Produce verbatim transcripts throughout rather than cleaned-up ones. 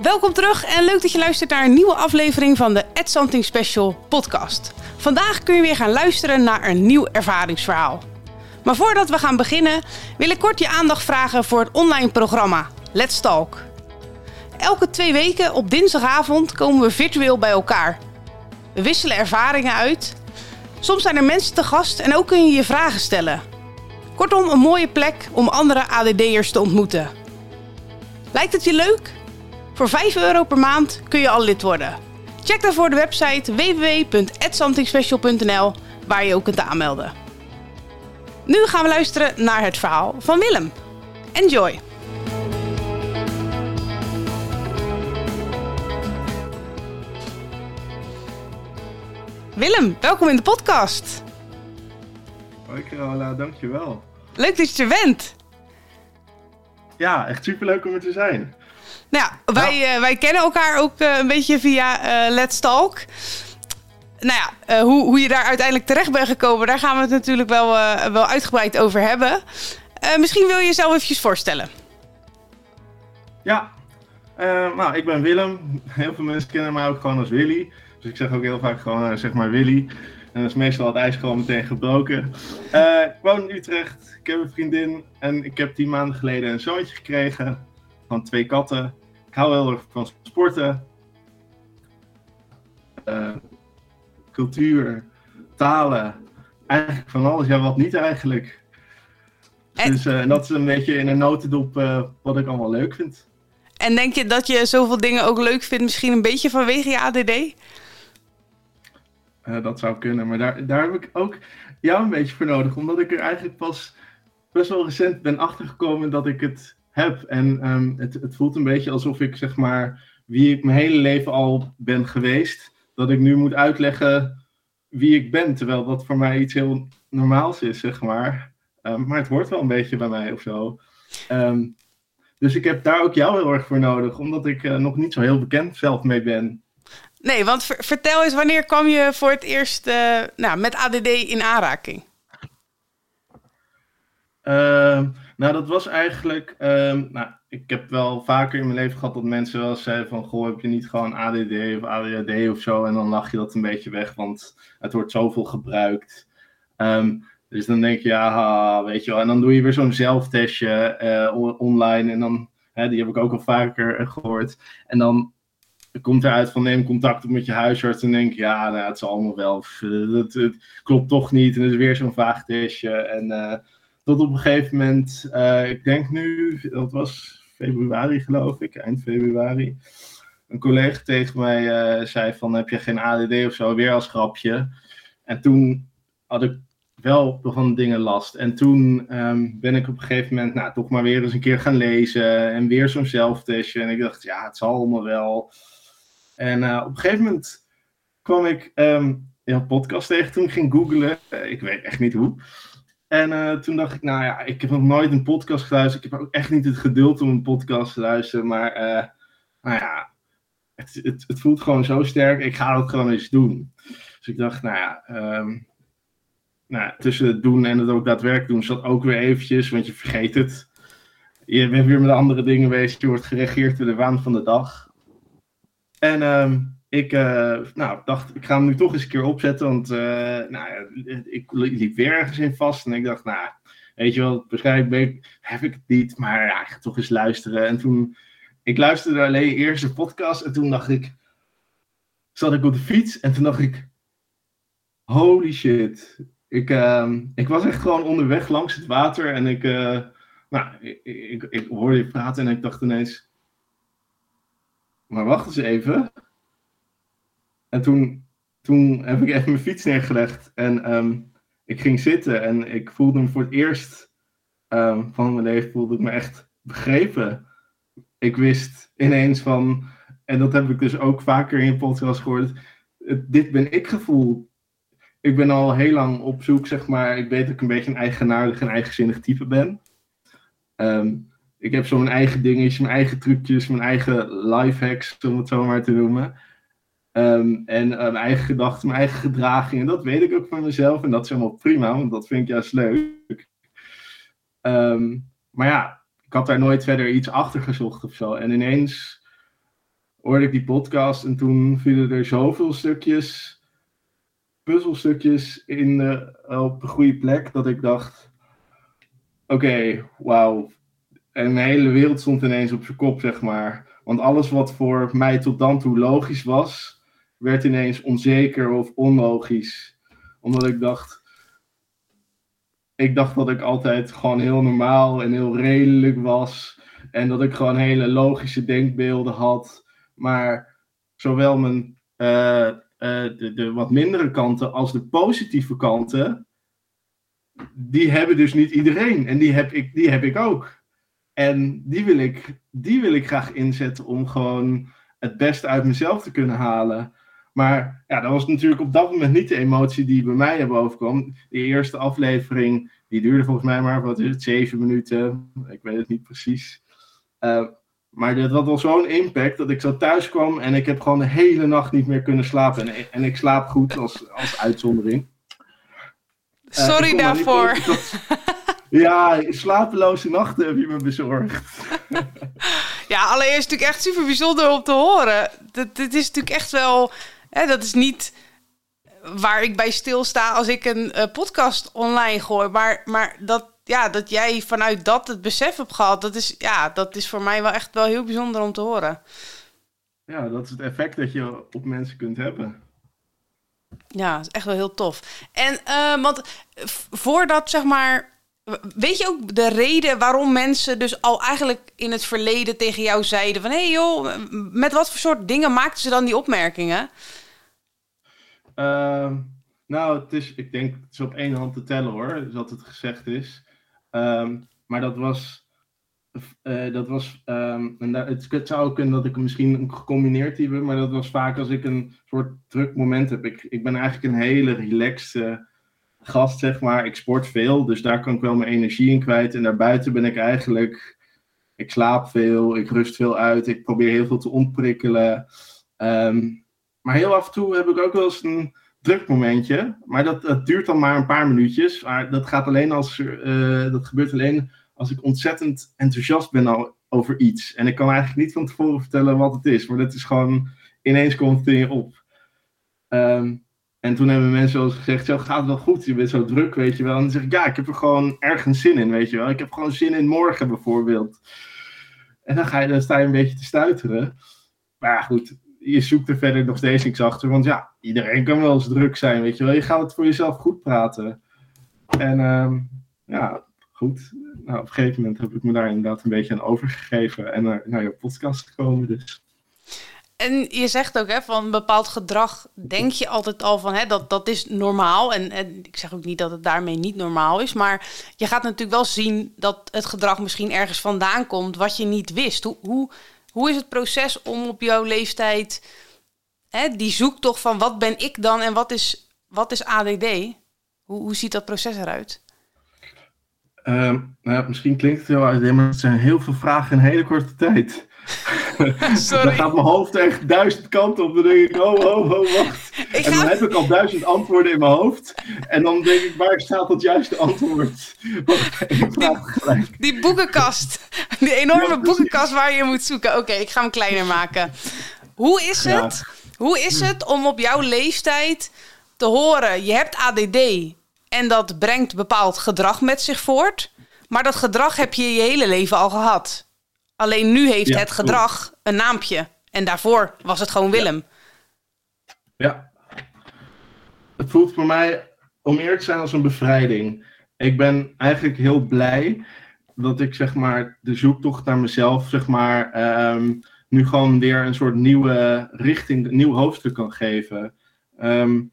Welkom terug en leuk dat je luistert naar een nieuwe aflevering van de Add Something Special podcast. Vandaag kun je weer gaan luisteren naar een nieuw ervaringsverhaal. Maar voordat we gaan beginnen, wil ik kort je aandacht vragen voor het online programma Let's Talk. Elke twee weken op dinsdagavond komen we virtueel bij elkaar. We wisselen ervaringen uit. Soms zijn er mensen te gast en ook kun je je vragen stellen. Kortom, een mooie plek om andere A D D'ers te ontmoeten. Lijkt het je leuk? Voor vijf euro per maand kun je al lid worden. Check daarvoor de website w w w punt add something special punt n l waar je ook kunt aanmelden. Nu gaan we luisteren naar het verhaal van Willem. Enjoy! Willem, welkom in de podcast. Hoi Carola, dankjewel. Leuk dat je er bent. Ja, echt superleuk om er te zijn. Nou ja, wij, nou. Uh, wij kennen elkaar ook uh, een beetje via uh, Let's Talk. Nou ja, uh, hoe, hoe je daar uiteindelijk terecht bent gekomen, daar gaan we het natuurlijk wel, uh, wel uitgebreid over hebben. Uh, misschien wil je jezelf eventjes voorstellen. Ja, uh, nou ik ben Willem. Heel veel mensen kennen mij ook gewoon als Willy. Dus ik zeg ook heel vaak gewoon uh, zeg maar Willy. En dat is meestal het ijs gewoon meteen gebroken. Uh, ik woon in Utrecht, ik heb een vriendin en ik heb tien maanden geleden een zoontje gekregen van twee katten. Ik hou heel erg van sporten, uh, cultuur, talen, eigenlijk van alles. Ja, wat niet eigenlijk. En... Dus uh, dat is een beetje in een notendop uh, wat ik allemaal leuk vind. En denk je dat je zoveel dingen ook leuk vindt, misschien een beetje vanwege je A D D? Uh, dat zou kunnen, maar daar, daar heb ik ook jou een beetje voor nodig. Omdat ik er eigenlijk pas best wel recent ben achtergekomen dat ik het heb. En um, het, het voelt een beetje alsof ik zeg maar wie ik mijn hele leven al ben geweest. Dat ik nu moet uitleggen wie ik ben. Terwijl dat voor mij iets heel normaals is, zeg maar. Um, maar het hoort wel een beetje bij mij of zo. Um, dus ik heb daar ook jou heel erg voor nodig. Omdat ik uh, nog niet zo heel bekend zelf mee ben. Nee, want ver, vertel eens, wanneer kwam je voor het eerst uh, nou, met A D D in aanraking? Uh, nou, dat was eigenlijk... Um, nou, ik heb wel vaker in mijn leven gehad dat mensen wel zeiden van... Goh, heb je niet gewoon A D D of A D H D of zo? En dan lach je dat een beetje weg, want het wordt zoveel gebruikt. Um, dus dan denk je, ja, weet je wel. En dan doe je weer zo'n zelftestje uh, online. En dan, hè, die heb ik ook al vaker uh, gehoord. En dan... Er komt eruit van neem contact op met je huisarts en denk ja, nou, het zal allemaal wel. Het, het klopt toch niet en het is weer zo'n vaag testje. En uh, tot op een gegeven moment, uh, ik denk nu, dat was februari geloof ik, eind februari. Een collega tegen mij uh, zei van heb je geen A D D of zo, weer als grapje. En toen had ik wel van dingen last. En toen um, ben ik op een gegeven moment nou, toch maar weer eens een keer gaan lezen en weer zo'n zelftestje. En ik dacht ja, het zal allemaal wel. En uh, op een gegeven moment kwam ik um, een podcast tegen toen ik ging googlen. Uh, ik weet echt niet hoe. En uh, toen dacht ik, nou ja, ik heb nog nooit een podcast geluisterd. Ik heb ook echt niet het geduld om een podcast te luisteren. Maar uh, nou ja, het, het, het voelt gewoon zo sterk. Ik ga het gewoon eens doen. Dus ik dacht, nou ja, um, nou, tussen het doen en het ook daadwerkelijk doen zat ook weer eventjes. Want je vergeet het. Je bent weer met andere dingen bezig. Je wordt gereageerd door de waan van de dag. En um, ik uh, nou, dacht, ik ga hem nu toch eens een keer opzetten, want uh, nou, ik liep weer ergens in vast. En ik dacht, nou, weet je wel, waarschijnlijk ben ik, heb ik het niet, maar ja, ik ga toch eens luisteren. En toen, ik luisterde alleen eerst de podcast en toen dacht ik, zat ik op de fiets en toen dacht ik, holy shit. Ik, uh, ik was echt gewoon onderweg langs het water en ik, uh, nou, ik, ik, ik hoorde je praten en ik dacht ineens... Maar wacht eens even. En toen, toen heb ik even mijn fiets neergelegd. En um, ik ging zitten. En ik voelde me voor het eerst um, van mijn leven voelde ik me echt begrepen. Ik wist ineens van... En dat heb ik dus ook vaker in je podcast gehoord. Het, dit ben ik gevoel. Ik ben al heel lang op zoek, zeg maar. Ik weet dat ik een beetje een eigenaardig en eigenzinnig type ben. Um, Ik heb zo mijn eigen dingetjes, mijn eigen trucjes, mijn eigen lifehacks, om het zo maar te noemen. Um, en uh, mijn eigen gedachten, mijn eigen gedragingen. Dat weet ik ook van mezelf. En dat is helemaal prima, want dat vind ik juist leuk. Um, maar ja, ik had daar nooit verder iets achter gezocht of zo. En ineens hoorde ik die podcast en toen vielen er zoveel stukjes, puzzelstukjes in de, op de goede plek, dat ik dacht, oké, okay, wauw. En mijn hele wereld stond ineens op zijn kop, zeg maar. Want alles wat voor mij tot dan toe logisch was, werd ineens onzeker of onlogisch. Omdat ik dacht, ik dacht dat ik altijd gewoon heel normaal en heel redelijk was. En dat ik gewoon hele logische denkbeelden had. Maar zowel mijn uh, uh, de, de wat mindere kanten als de positieve kanten, die hebben dus niet iedereen. En die heb ik, die heb ik ook. En die wil ik, die wil ik graag inzetten om gewoon het beste uit mezelf te kunnen halen. Maar ja, dat was natuurlijk op dat moment niet de emotie die bij mij naar boven kwam. De eerste aflevering, die duurde volgens mij maar, wat is het, zeven minuten. Ik weet het niet precies. Uh, maar dat had wel zo'n impact dat ik zo thuis kwam en ik heb gewoon de hele nacht niet meer kunnen slapen. En, en ik slaap goed als, als uitzondering. Uh, Sorry daarvoor. Ja, slapeloze nachten heb je me bezorgd. Ja, allereerst natuurlijk echt super bijzonder om te horen. Dat, dat is natuurlijk echt wel... Hè, dat is niet waar ik bij stilsta als ik een uh, podcast online gooi. Maar, maar dat, ja, dat jij vanuit dat het besef hebt gehad... Dat is, ja, dat is voor mij wel echt wel heel bijzonder om te horen. Ja, dat is het effect dat je op mensen kunt hebben. Ja, dat is echt wel heel tof. En uh, want voordat, zeg maar... Weet je ook de reden waarom mensen dus al eigenlijk in het verleden tegen jou zeiden van... hé hey joh, met wat voor soort dingen maakten ze dan die opmerkingen? Uh, nou, het is, ik denk, het is op één hand te tellen hoor, dat het gezegd is. Um, maar dat was... Uh, dat was um, en daar, het, het zou kunnen dat ik hem misschien gecombineerd heb, maar dat was vaak als ik een soort druk moment heb. Ik, ik ben eigenlijk een hele relaxed... Uh, gast, zeg maar. Ik sport veel, dus daar kan ik wel mijn energie in kwijt. En daarbuiten ben ik eigenlijk... Ik slaap veel, ik rust veel uit, ik probeer heel veel te ontprikkelen. Um, maar heel af en toe heb ik ook wel eens een druk momentje. Maar dat, dat duurt dan maar een paar minuutjes. Maar dat gaat alleen als... Uh, dat gebeurt alleen als ik ontzettend enthousiast ben al over iets. En ik kan eigenlijk niet van tevoren vertellen wat het is. Maar dat is gewoon... Ineens komt het in je op. Um, En toen hebben mensen wel eens gezegd, zo gaat het wel goed, je bent zo druk, weet je wel. En dan zeg ik, ja, ik heb er gewoon ergens zin in, weet je wel. Ik heb gewoon zin in morgen bijvoorbeeld. En dan, ga je, dan sta je een beetje te stuiteren. Maar ja, goed, je zoekt er verder nog steeds niks achter. Want ja, iedereen kan wel eens druk zijn, weet je wel. Je gaat het voor jezelf goed praten. En um, ja, goed. Nou, op een gegeven moment heb ik me daar inderdaad een beetje aan overgegeven. En uh, naar je podcast gekomen, dus... En je zegt ook, hè, van bepaald gedrag denk je altijd al van, hè, dat, dat is normaal. En, en ik zeg ook niet dat het daarmee niet normaal is. Maar je gaat natuurlijk wel zien dat het gedrag misschien ergens vandaan komt wat je niet wist. Hoe, hoe, hoe is het proces om op jouw leeftijd, hè, die zoektocht van wat ben ik dan en wat is, wat is A D D? Hoe, hoe ziet dat proces eruit? Um, nou ja, misschien klinkt het heel uit, maar het zijn heel veel vragen in een hele korte tijd. Sorry. Dan gaat mijn hoofd echt duizend kanten op. Dan denk ik, oh, oh, oh, wacht. Ik en dan ga... heb ik al duizend antwoorden in mijn hoofd. En dan denk ik, waar staat dat juiste antwoord? Die, die boekenkast. Die enorme ja, boekenkast waar je moet zoeken. Oké, okay, ik ga hem kleiner maken. Hoe is het? Ja. Hoe is het om op jouw leeftijd te horen, je hebt A D D en dat brengt bepaald gedrag met zich voort. Maar dat gedrag heb je je hele leven al gehad. Alleen nu heeft ja, het gedrag goed. een naampje. En daarvoor was het gewoon Willem. Ja. ja. Het voelt voor mij, om eerlijk te zijn, als een bevrijding. Ik ben eigenlijk heel blij dat ik, zeg maar, de zoektocht naar mezelf, zeg maar, um, nu gewoon weer een soort nieuwe richting, een nieuw hoofdstuk kan geven. Um,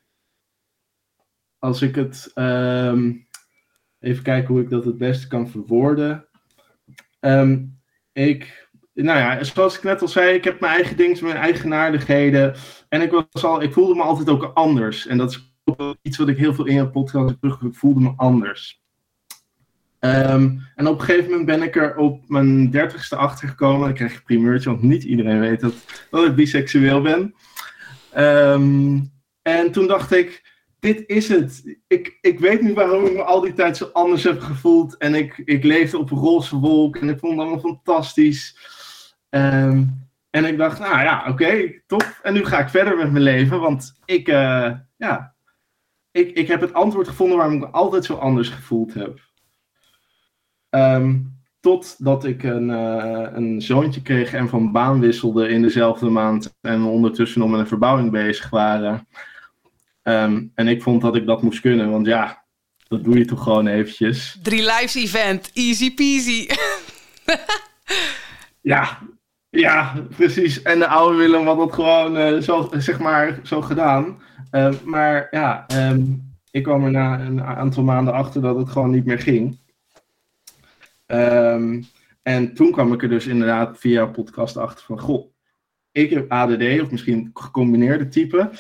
als ik het... Um, even kijken hoe ik dat het beste kan verwoorden. Um, Ik, nou ja, zoals ik net al zei, ik heb mijn eigen dingen, mijn eigenaardigheden. En ik, was al, ik voelde me altijd ook anders. En dat is ook iets wat ik heel veel in je podcast heb terug. Ik voelde me anders. Um, en op een gegeven moment ben ik er op mijn dertigste achter gekomen. Dan krijg je een primeurtje, want niet iedereen weet dat, dat ik biseksueel ben. Um, en toen dacht ik, dit is het. Ik, ik weet niet waarom ik me al die tijd zo anders heb gevoeld. En ik, ik leefde op een roze wolk. En ik vond het allemaal fantastisch. Um, En ik dacht, nou ja, oké, okay, top. En nu ga ik verder met mijn leven, want ik, uh, ja, ik, ik heb het antwoord gevonden waarom ik me altijd zo anders gevoeld heb. Um, totdat ik een, uh, een zoontje kreeg en van baan wisselde in dezelfde maand. En we ondertussen nog met een verbouwing bezig waren. Um, en ik vond dat ik dat moest kunnen, want ja, dat doe je toch gewoon eventjes. Drie lives event, easy peasy. Ja, ja, precies. En de oude Willem had dat gewoon uh, zo, zeg maar, zo gedaan. Uh, maar ja, um, ik kwam er na een aantal maanden achter dat het gewoon niet meer ging. Um, en toen kwam ik er dus inderdaad via een podcast achter van, goh, ik heb A D D, of misschien gecombineerde type.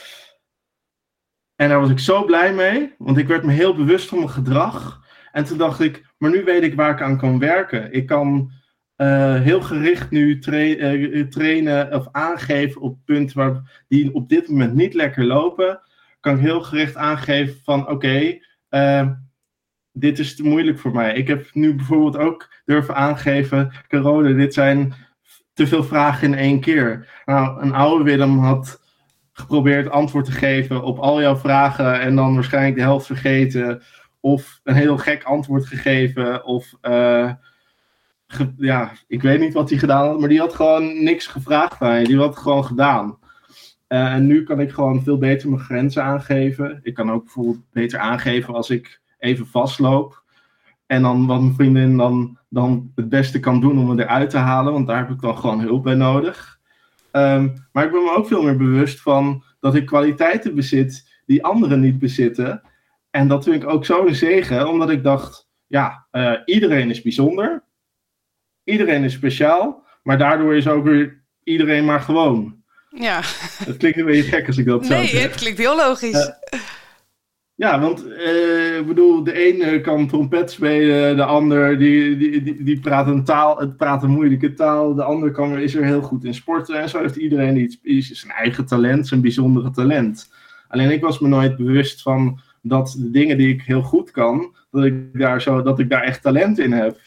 En daar was ik zo blij mee, want ik werd me heel bewust van mijn gedrag. En toen dacht ik, maar nu weet ik waar ik aan kan werken. Ik kan uh, heel gericht nu tra- uh, trainen of aangeven op punten waar, die op dit moment niet lekker lopen. Kan ik heel gericht aangeven van, oké, okay, uh, dit is te moeilijk voor mij. Ik heb nu bijvoorbeeld ook durven aangeven, Carole, dit zijn te veel vragen in één keer. Nou, een oude Willem had geprobeerd antwoord te geven op al jouw vragen en dan waarschijnlijk de helft vergeten. Of een heel gek antwoord gegeven. Of, uh, ge- ja, ik weet niet wat hij gedaan had, maar die had gewoon niks gevraagd van je. Die had het gewoon gedaan. Uh, en nu kan ik gewoon veel beter mijn grenzen aangeven. Ik kan ook bijvoorbeeld beter aangeven als ik even vastloop. En dan wat mijn vriendin dan, dan het beste kan doen om me eruit te halen. Want daar heb ik dan gewoon hulp bij nodig. Um, maar ik ben me ook veel meer bewust van dat ik kwaliteiten bezit die anderen niet bezitten. En dat vind ik ook zo een zegen. Omdat ik dacht, ja, uh, iedereen is bijzonder. Iedereen is speciaal. Maar daardoor is ook weer iedereen maar gewoon. Ja. Het klinkt een beetje gek als ik dat nee, zo zeg. Het klinkt heel logisch. Uh, Ja, want uh, ik bedoel, de ene kan trompet spelen, de ander die, die, die, die praat een taal, het praat een moeilijke taal, de ander kan, is er heel goed in sporten en zo heeft iedereen iets, iets, zijn eigen talent, zijn bijzondere talent. Alleen ik was me nooit bewust van dat de dingen die ik heel goed kan, dat ik daar, zo, dat ik daar echt talent in heb.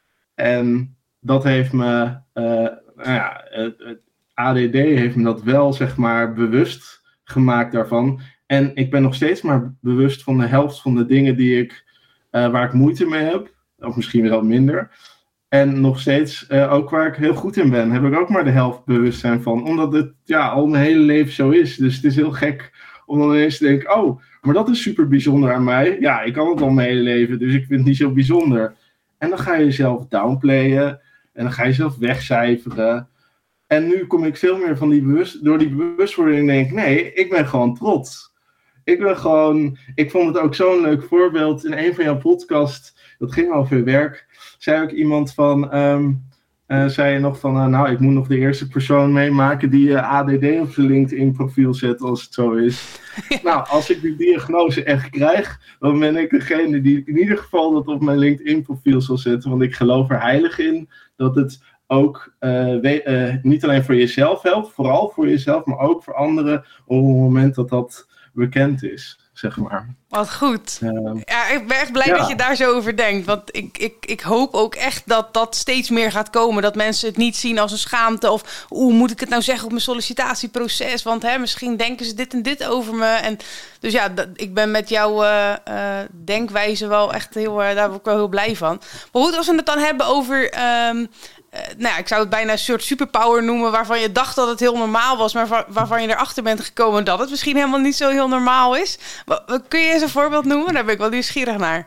En dat heeft me, uh, nou ja, het, het A D D heeft me dat wel, zeg maar, bewust gemaakt daarvan. En ik ben nog steeds maar bewust van de helft van de dingen die ik, uh, waar ik moeite mee heb. Of misschien wel minder. En nog steeds uh, ook waar ik heel goed in ben, heb ik ook maar de helft bewustzijn van. Omdat het ja, al mijn hele leven zo is. Dus het is heel gek om dan ineens te denken, oh, maar dat is super bijzonder aan mij. Ja, ik kan het al mijn hele leven, dus ik vind het niet zo bijzonder. En dan ga je jezelf downplayen. En dan ga je jezelf wegcijferen. En nu kom ik veel meer van die bewust, door die bewustwording denk ik, nee, ik ben gewoon trots. Ik ben gewoon, ik vond het ook zo'n leuk voorbeeld. In een van jouw podcasts, dat ging over werk, zei ook iemand van, um, uh, zei je nog van, uh, nou, ik moet nog de eerste persoon meemaken die uh, A D D op zijn LinkedIn profiel zet, als het zo is. Ja. Nou, als ik die diagnose echt krijg, dan ben ik degene die in ieder geval dat op mijn LinkedIn profiel zal zetten, want ik geloof er heilig in dat het ook uh, we, uh, niet alleen voor jezelf helpt, vooral voor jezelf, maar ook voor anderen op het moment dat dat bekend is, zeg maar. Wat goed. Uh, ja, ik ben echt blij ja. dat je daar zo over denkt. Want ik, ik, ik hoop ook echt dat dat steeds meer gaat komen. Dat mensen het niet zien als een schaamte. Of hoe moet ik het nou zeggen op mijn sollicitatieproces? Want hè, misschien denken ze dit en dit over me. En dus ja, dat, ik ben met jouw uh, uh, denkwijze wel echt heel, uh, daar ben ik wel heel blij van. Maar goed, als we het dan hebben over Um, Uh, nou ja, ik zou het bijna een soort superpower noemen waarvan je dacht dat het heel normaal was, maar waar, waarvan je erachter bent gekomen dat het misschien helemaal niet zo heel normaal is. Wat, wat, kun je eens een voorbeeld noemen? Daar ben ik wel nieuwsgierig naar.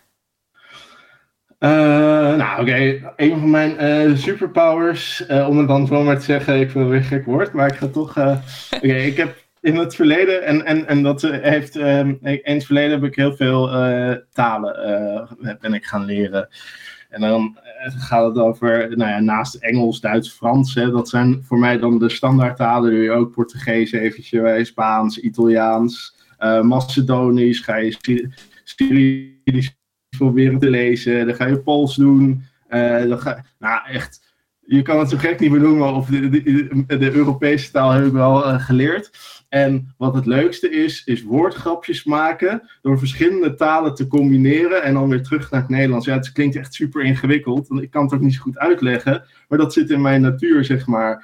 Uh, nou, oké. Okay. Een van mijn uh, superpowers, uh, om het dan zo maar te zeggen, ik vind het weer een gek woord, maar ik ga toch... Uh, oké, okay, ik heb in het verleden, en, en, en dat heeft... Um, in het verleden heb ik heel veel uh, talen uh, ben ik gaan leren. En dan gaat het over, nou ja, naast Engels, Duits, Frans. Hè, dat zijn voor mij dan de standaardtalen. Doe je ook Portugees eventjes, Spaans, Italiaans, uh, Macedonisch. Ga je Syrisch proberen te lezen. Dan ga je Pools doen. Uh, dan ga, nou, echt, je kan het zo gek niet benoemen. Of de, de, de Europese taal heb ik wel uh, geleerd. En wat het leukste is, is woordgrapjes maken door verschillende talen te combineren en dan weer terug naar het Nederlands. Ja, het klinkt echt super ingewikkeld, want ik kan het ook niet zo goed uitleggen, maar dat zit in mijn natuur, zeg maar.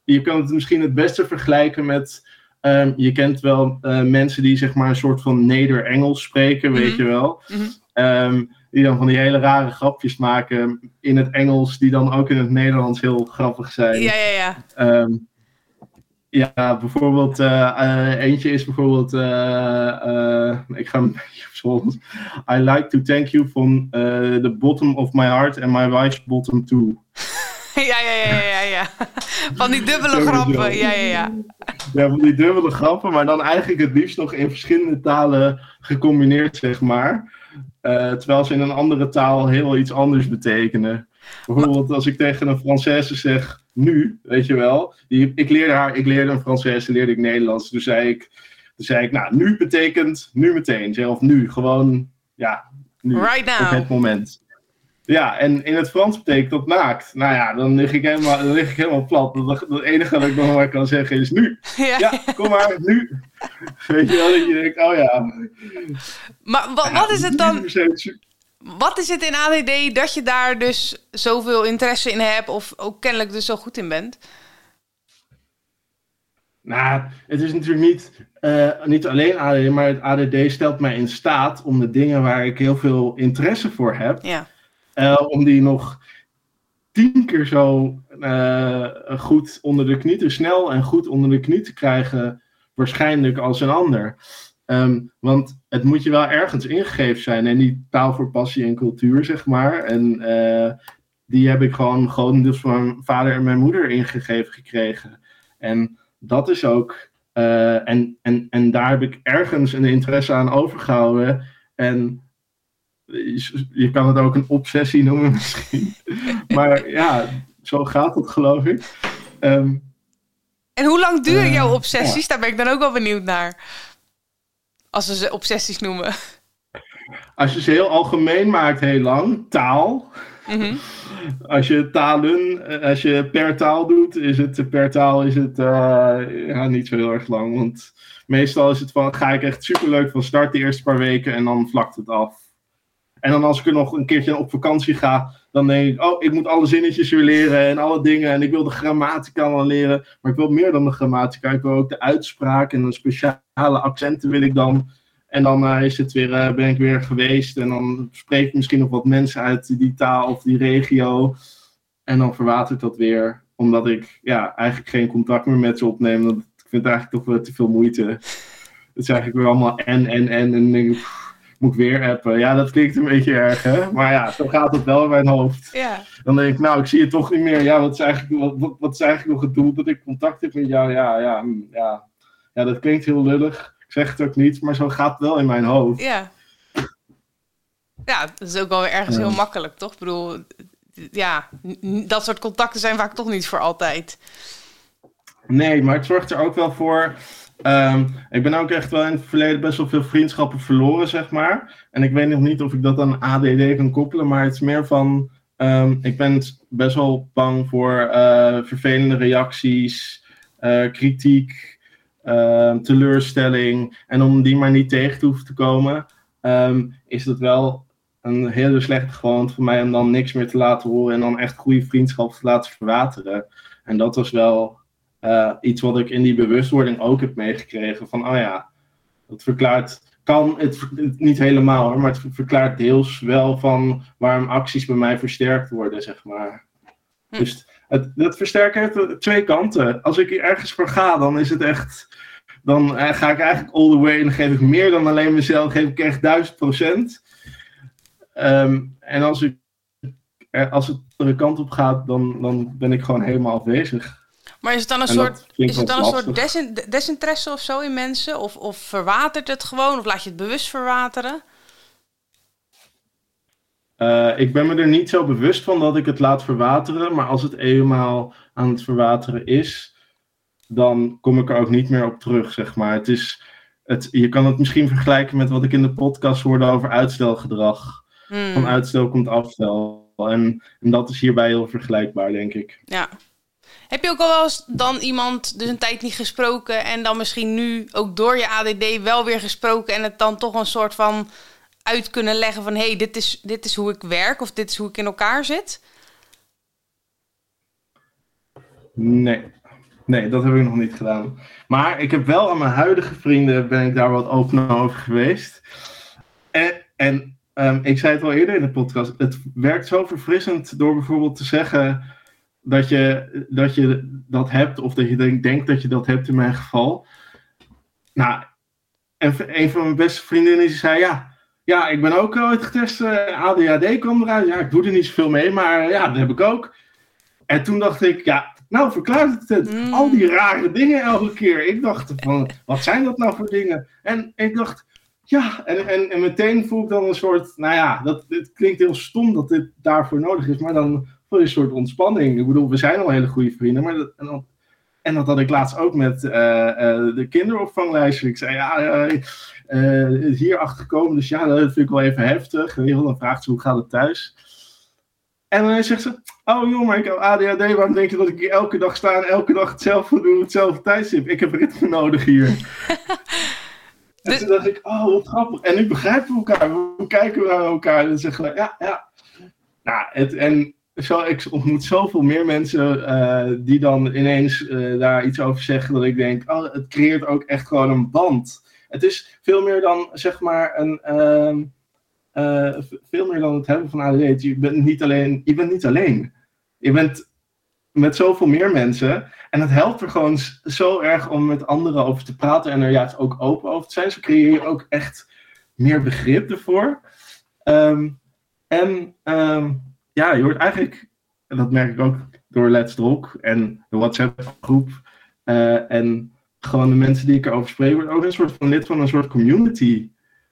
je kan het misschien het beste vergelijken met... Um, je kent wel uh, mensen die zeg maar een soort van Neder-Engels spreken, mm-hmm. weet je wel. Mm-hmm. Um, die dan van die hele rare grapjes maken in het Engels, die dan ook in het Nederlands heel grappig zijn. Ja, ja, ja. Um, ja, bijvoorbeeld, uh, uh, eentje is bijvoorbeeld, uh, uh, ik ga een beetje bijvoorbeeld, I like to thank you from uh, the bottom of my heart and my wife's bottom too. Ja, ja, ja, ja, ja. Van die dubbele grappen, ja, ja, ja. Ja, van die dubbele grappen, maar dan eigenlijk het liefst nog in verschillende talen gecombineerd, zeg maar. Uh, terwijl ze in een andere taal heel iets anders betekenen. Bijvoorbeeld als ik tegen een Française zeg, nu, weet je wel. Die, ik leerde haar, ik leerde een Française, leerde ik Nederlands. Toen zei ik, toen zei ik, nou, nu betekent nu meteen. Zeg, of nu, gewoon, ja, nu, right now. op het moment. Ja, en in het Frans betekent dat naakt. Nou ja, dan lig ik helemaal, dan lig ik helemaal plat. Het enige wat ik nog maar kan zeggen is nu. Ja, ja kom maar, nu. Weet je wel, dat je denkt, oh ja. Maar wat, wat is het dan... Wat is het in A D D dat je daar dus zoveel interesse in hebt... of ook kennelijk dus zo goed in bent? Nou, het is natuurlijk niet, uh, niet alleen A D D... maar het A D D stelt mij in staat om de dingen waar ik heel veel interesse voor heb... Ja. Uh, om die nog tien keer zo uh, goed onder de knie, te snel en goed onder de knie te krijgen, waarschijnlijk als een ander. Um, want het moet je wel ergens ingegeven zijn. En die taal voor passie en cultuur, zeg maar. En uh, die heb ik gewoon grotendeels van mijn vader en mijn moeder ingegeven gekregen. En dat is ook... Uh, en, en, en daar heb ik ergens een interesse aan overgehouden. En... Je kan het ook een obsessie noemen misschien. Maar ja, zo gaat het geloof ik. Um, en hoe lang duren uh, jouw obsessies? Ja. Daar ben ik dan ook wel benieuwd naar. Als we ze obsessies noemen. Als je ze heel algemeen maakt, heel lang. Taal. Mm-hmm. Als je talen, als je per taal doet, is het per taal is het uh, ja, niet zo heel erg lang. Want meestal is het van, ga ik echt superleuk van start de eerste paar weken en dan vlakt het af. En dan als ik er nog een keertje op vakantie ga, dan denk ik, oh, ik moet alle zinnetjes weer leren en alle dingen. En ik wil de grammatica dan leren. Maar ik wil meer dan de grammatica. Ik wil ook de uitspraak en de speciale accenten wil ik dan. En dan uh, is het weer, uh, ben ik weer geweest. En dan spreek ik misschien nog wat mensen uit die taal of die regio. En dan verwatert dat weer. Omdat ik ja, eigenlijk geen contact meer met ze opneem. Want ik vind het eigenlijk toch wel te veel moeite. Het is eigenlijk weer allemaal en, en, en. En dan denk ik... Moet ik weer appen? Ja, dat klinkt een beetje erg, hè? Maar ja, zo gaat het wel in mijn hoofd. Ja. Dan denk ik, nou, ik zie je toch niet meer. Ja, wat is eigenlijk, wat, wat, wat is eigenlijk nog het doel dat ik contact heb met jou? Ja, ja, ja. Ja, dat klinkt heel lullig. Ik zeg het ook niet, maar zo gaat het wel in mijn hoofd. Ja. Ja, dat is ook wel weer ergens ja. heel makkelijk, toch? Ik bedoel, ja, dat soort contacten zijn vaak toch niet voor altijd. Nee, maar het zorgt er ook wel voor... Um, ik ben ook echt wel in het verleden best wel veel vriendschappen verloren, zeg maar. En ik weet nog niet of ik dat aan A D D kan koppelen, maar het is meer van... Um, ik ben best wel bang voor uh, vervelende reacties, uh, kritiek, uh, teleurstelling. En om die maar niet tegen te hoeven te komen, um, is het wel een hele slechte gewoonte voor mij om dan niks meer te laten horen en dan echt goede vriendschappen te laten verwateren. En dat was wel... Uh, iets wat ik in die bewustwording ook heb meegekregen. Van, oh ja, dat verklaart... Kan het, het niet helemaal, hoor, maar het verklaart deels wel van waarom acties bij mij versterkt worden, zeg maar. Hm. Dus het, dat versterken heeft twee kanten. Als ik hier ergens voor ga, dan is het echt... Dan uh, ga ik eigenlijk all the way en dan geef ik meer dan alleen mezelf. Geef ik echt duizend procent. Um, en als, ik, als het de kant op gaat, dan, dan ben ik gewoon helemaal afwezig. Maar is het dan een soort, is het dan een soort desin, desinteresse of zo in mensen? Of, of verwatert het gewoon? Of laat je het bewust verwateren? Uh, ik ben me er niet zo bewust van dat ik het laat verwateren. Maar als het eenmaal aan het verwateren is, dan kom ik er ook niet meer op terug, zeg maar. Het is, het, je kan het misschien vergelijken met wat ik in de podcast hoorde over uitstelgedrag. Hmm. Van uitstel komt afstel. En, en dat is hierbij heel vergelijkbaar, denk ik. Ja. Heb je ook al wel eens dan iemand dus een tijd niet gesproken en dan misschien nu ook door je A D D wel weer gesproken en het dan toch een soort van uit kunnen leggen van hé, hey, dit is, dit is hoe ik werk of dit is hoe ik in elkaar zit? Nee. Nee, dat heb ik nog niet gedaan. Maar ik heb wel aan mijn huidige vrienden, ben ik daar wat open over geweest. En, en um, ik zei het al eerder in de podcast, het werkt zo verfrissend door bijvoorbeeld te zeggen dat je dat, je dat hebt, of dat je denk, denkt dat je dat hebt in mijn geval. Nou, en een van mijn beste vriendinnen die zei, ja, ja, ik ben ook ooit getest, uh, A D H D kwam eruit. Ja, ik doe er niet zoveel mee, maar ja, dat heb ik ook. En toen dacht ik, ja, nou verklaart het het. Mm. Al die rare dingen elke keer. Ik dacht van, wat zijn dat nou voor dingen? En ik dacht, ja, en, en, en meteen voel ik dan een soort, nou ja, dat, het klinkt heel stom dat dit daarvoor nodig is, maar dan voel je een soort ontspanning. Ik bedoel, we zijn al hele goede vrienden, maar dat, en, dan, en dat had ik laatst ook met uh, uh, de kinderopvanglijster. Ik zei, ja, uh, uh, hier achter gekomen, dus ja, dat vind ik wel even heftig. En dan vraagt ze, hoe gaat het thuis? En dan zegt ze, oh joh, maar ik heb A D H D, waarom denk je dat ik hier elke dag sta en elke dag hetzelfde doe, hetzelfde tijdstip? Ik heb ritme nodig hier. En dus... toen dacht ik, oh wat grappig. En nu begrijpen we elkaar, we kijken naar elkaar en dan zeggen we, ja, ja. Nou, het, en zo, ik ontmoet zoveel meer mensen uh, die dan ineens uh, daar iets over zeggen, dat ik denk, oh, het creëert ook echt gewoon een band. Het is veel meer dan, zeg maar, een... Uh, Uh, veel meer dan het hebben van A D H D. Je bent niet alleen. Je bent niet alleen. Je bent met zoveel meer mensen. En het helpt er gewoon zo erg om met anderen over te praten. En er juist ook open over te zijn. Zo creëer je ook echt meer begrip ervoor. Um, en um, ja, je wordt eigenlijk... En dat merk ik ook door Let's Talk. En de WhatsApp groep. Uh, en gewoon de mensen die ik erover spreek. Wordt ook een soort van lid van een soort community.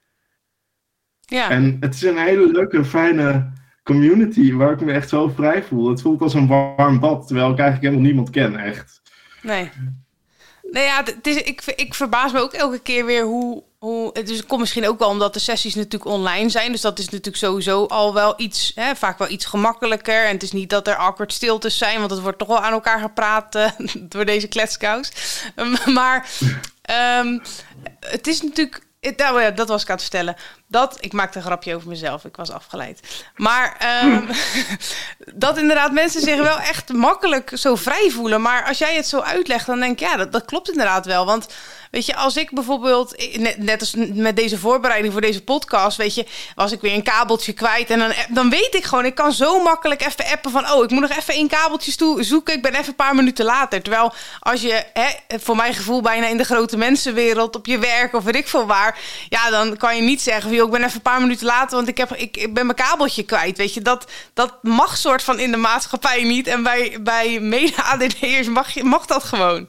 Ja. En het is een hele leuke, fijne community waar ik me echt zo vrij voel. Het voelt als een warm bad, terwijl ik eigenlijk helemaal niemand ken, echt. Nee. Nou ja, het is, ik, ik verbaas me ook elke keer weer hoe... hoe dus het komt misschien ook wel omdat de sessies natuurlijk online zijn. Dus dat is natuurlijk sowieso al wel iets... Hè, vaak wel iets gemakkelijker. En het is niet dat er awkward stiltes zijn, want het wordt toch wel aan elkaar gepraat uh, door deze kletskous. Um, maar um, het is natuurlijk... Nou ja, dat was ik aan het vertellen. Dat, ik maakte een grapje over mezelf. Ik was afgeleid. Maar um, dat inderdaad mensen zich wel echt makkelijk zo vrij voelen. Maar als jij het zo uitlegt, dan denk ik, ja, dat, dat klopt inderdaad wel. Want weet je, als ik bijvoorbeeld, net, net als met deze voorbereiding voor deze podcast, weet je, was ik weer een kabeltje kwijt. En dan, dan weet ik gewoon, ik kan zo makkelijk even appen van, oh, ik moet nog even één kabeltje toe zoeken. Ik ben even een paar minuten later. Terwijl als je, hè, voor mijn gevoel bijna in de grote mensenwereld, op je werk of weet ik veel waar, ja, dan kan je niet zeggen van, joh, ik ben even een paar minuten later, want ik, heb, ik, ik ben mijn kabeltje kwijt. Weet je, dat, dat mag soort van in de maatschappij niet. En bij, bij mede-A D D'ers mag, je, mag dat gewoon.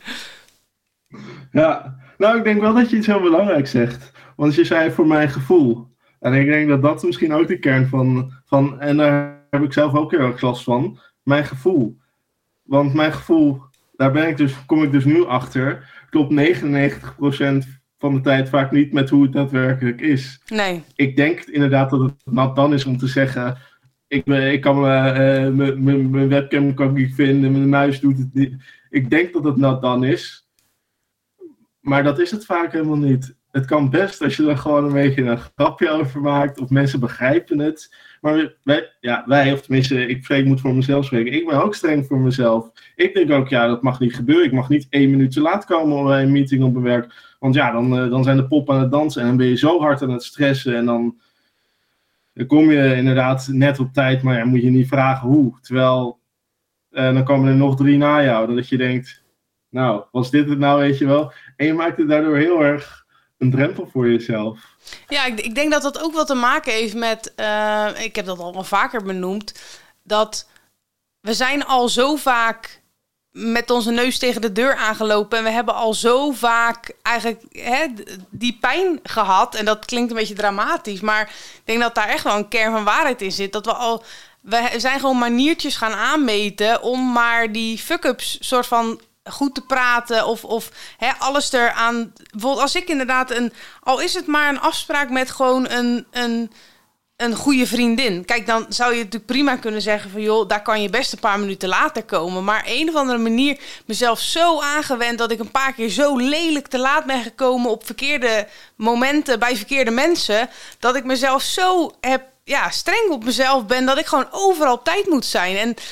Ja, nou, ik denk wel dat je iets heel belangrijks zegt. Want je zei voor mijn gevoel. En ik denk dat dat misschien ook de kern van... van en daar heb ik zelf ook heel erg last van. Mijn gevoel. Want mijn gevoel, daar ben ik dus, kom ik dus nu achter, klopt negenennegentig procent van de tijd vaak niet met hoe het daadwerkelijk is. Nee. Ik denk inderdaad dat het nat dan is om te zeggen, ik, ik kan uh, mijn webcam kan ik niet vinden, mijn muis doet het niet. Ik denk dat het nat dan is. Maar dat is het vaak helemaal niet. Het kan best als je er gewoon een beetje een grapje over maakt. Of mensen begrijpen het. Maar wij, ja, wij of tenminste, ik, ik moet voor mezelf spreken. Ik ben ook streng voor mezelf. Ik denk ook, ja, dat mag niet gebeuren. Ik mag niet één minuut te laat komen bij een meeting op mijn werk. Want ja, dan, dan zijn de poppen aan het dansen. En dan ben je zo hard aan het stressen. En dan, dan kom je inderdaad net op tijd. Maar ja, moet je niet vragen hoe. Terwijl, eh, dan komen er nog drie na jou. Dat je denkt, nou, was dit het nou, weet je wel? En je maakt het daardoor heel erg een drempel voor jezelf. Ja, ik, ik denk dat dat ook wat te maken heeft met... Uh, ik heb dat al wel vaker benoemd. Dat we zijn al zo vaak met onze neus tegen de deur aangelopen. En we hebben al zo vaak eigenlijk hè, die pijn gehad. En dat klinkt een beetje dramatisch. Maar ik denk dat daar echt wel een kern van waarheid in zit. Dat we al... We zijn gewoon maniertjes gaan aanmeten om maar die fuck-ups soort van goed te praten of, of hè, alles eraan. Bijvoorbeeld als ik inderdaad een, al is het maar een afspraak met gewoon een, een, een goede vriendin. Kijk, dan zou je natuurlijk prima kunnen zeggen van joh, daar kan je best een paar minuten later komen. Maar een of andere manier mezelf zo aangewend dat ik een paar keer zo lelijk te laat ben gekomen op verkeerde momenten bij verkeerde mensen, dat ik mezelf zo heb, ja, streng op mezelf ben dat ik gewoon overal op tijd moet zijn. En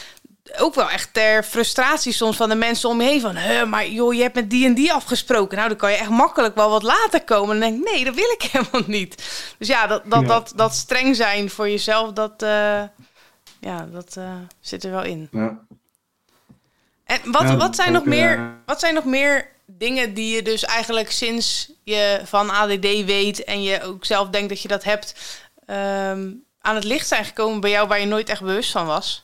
ook wel echt ter frustratie soms van de mensen om je heen. Van, huh, maar joh, je hebt met die en die afgesproken. Nou, dan kan je echt makkelijk wel wat later komen. En dan denk ik, nee, dat wil ik helemaal niet. Dus ja, dat, dat, ja. dat, dat streng zijn voor jezelf, dat, uh, ja, dat uh, zit er wel in. Ja. En wat, ja, wat, zijn nog meer, uh... wat zijn nog meer dingen die je dus eigenlijk sinds je van A D D weet en je ook zelf denkt dat je dat hebt, um, aan het licht zijn gekomen bij jou waar je nooit echt bewust van was?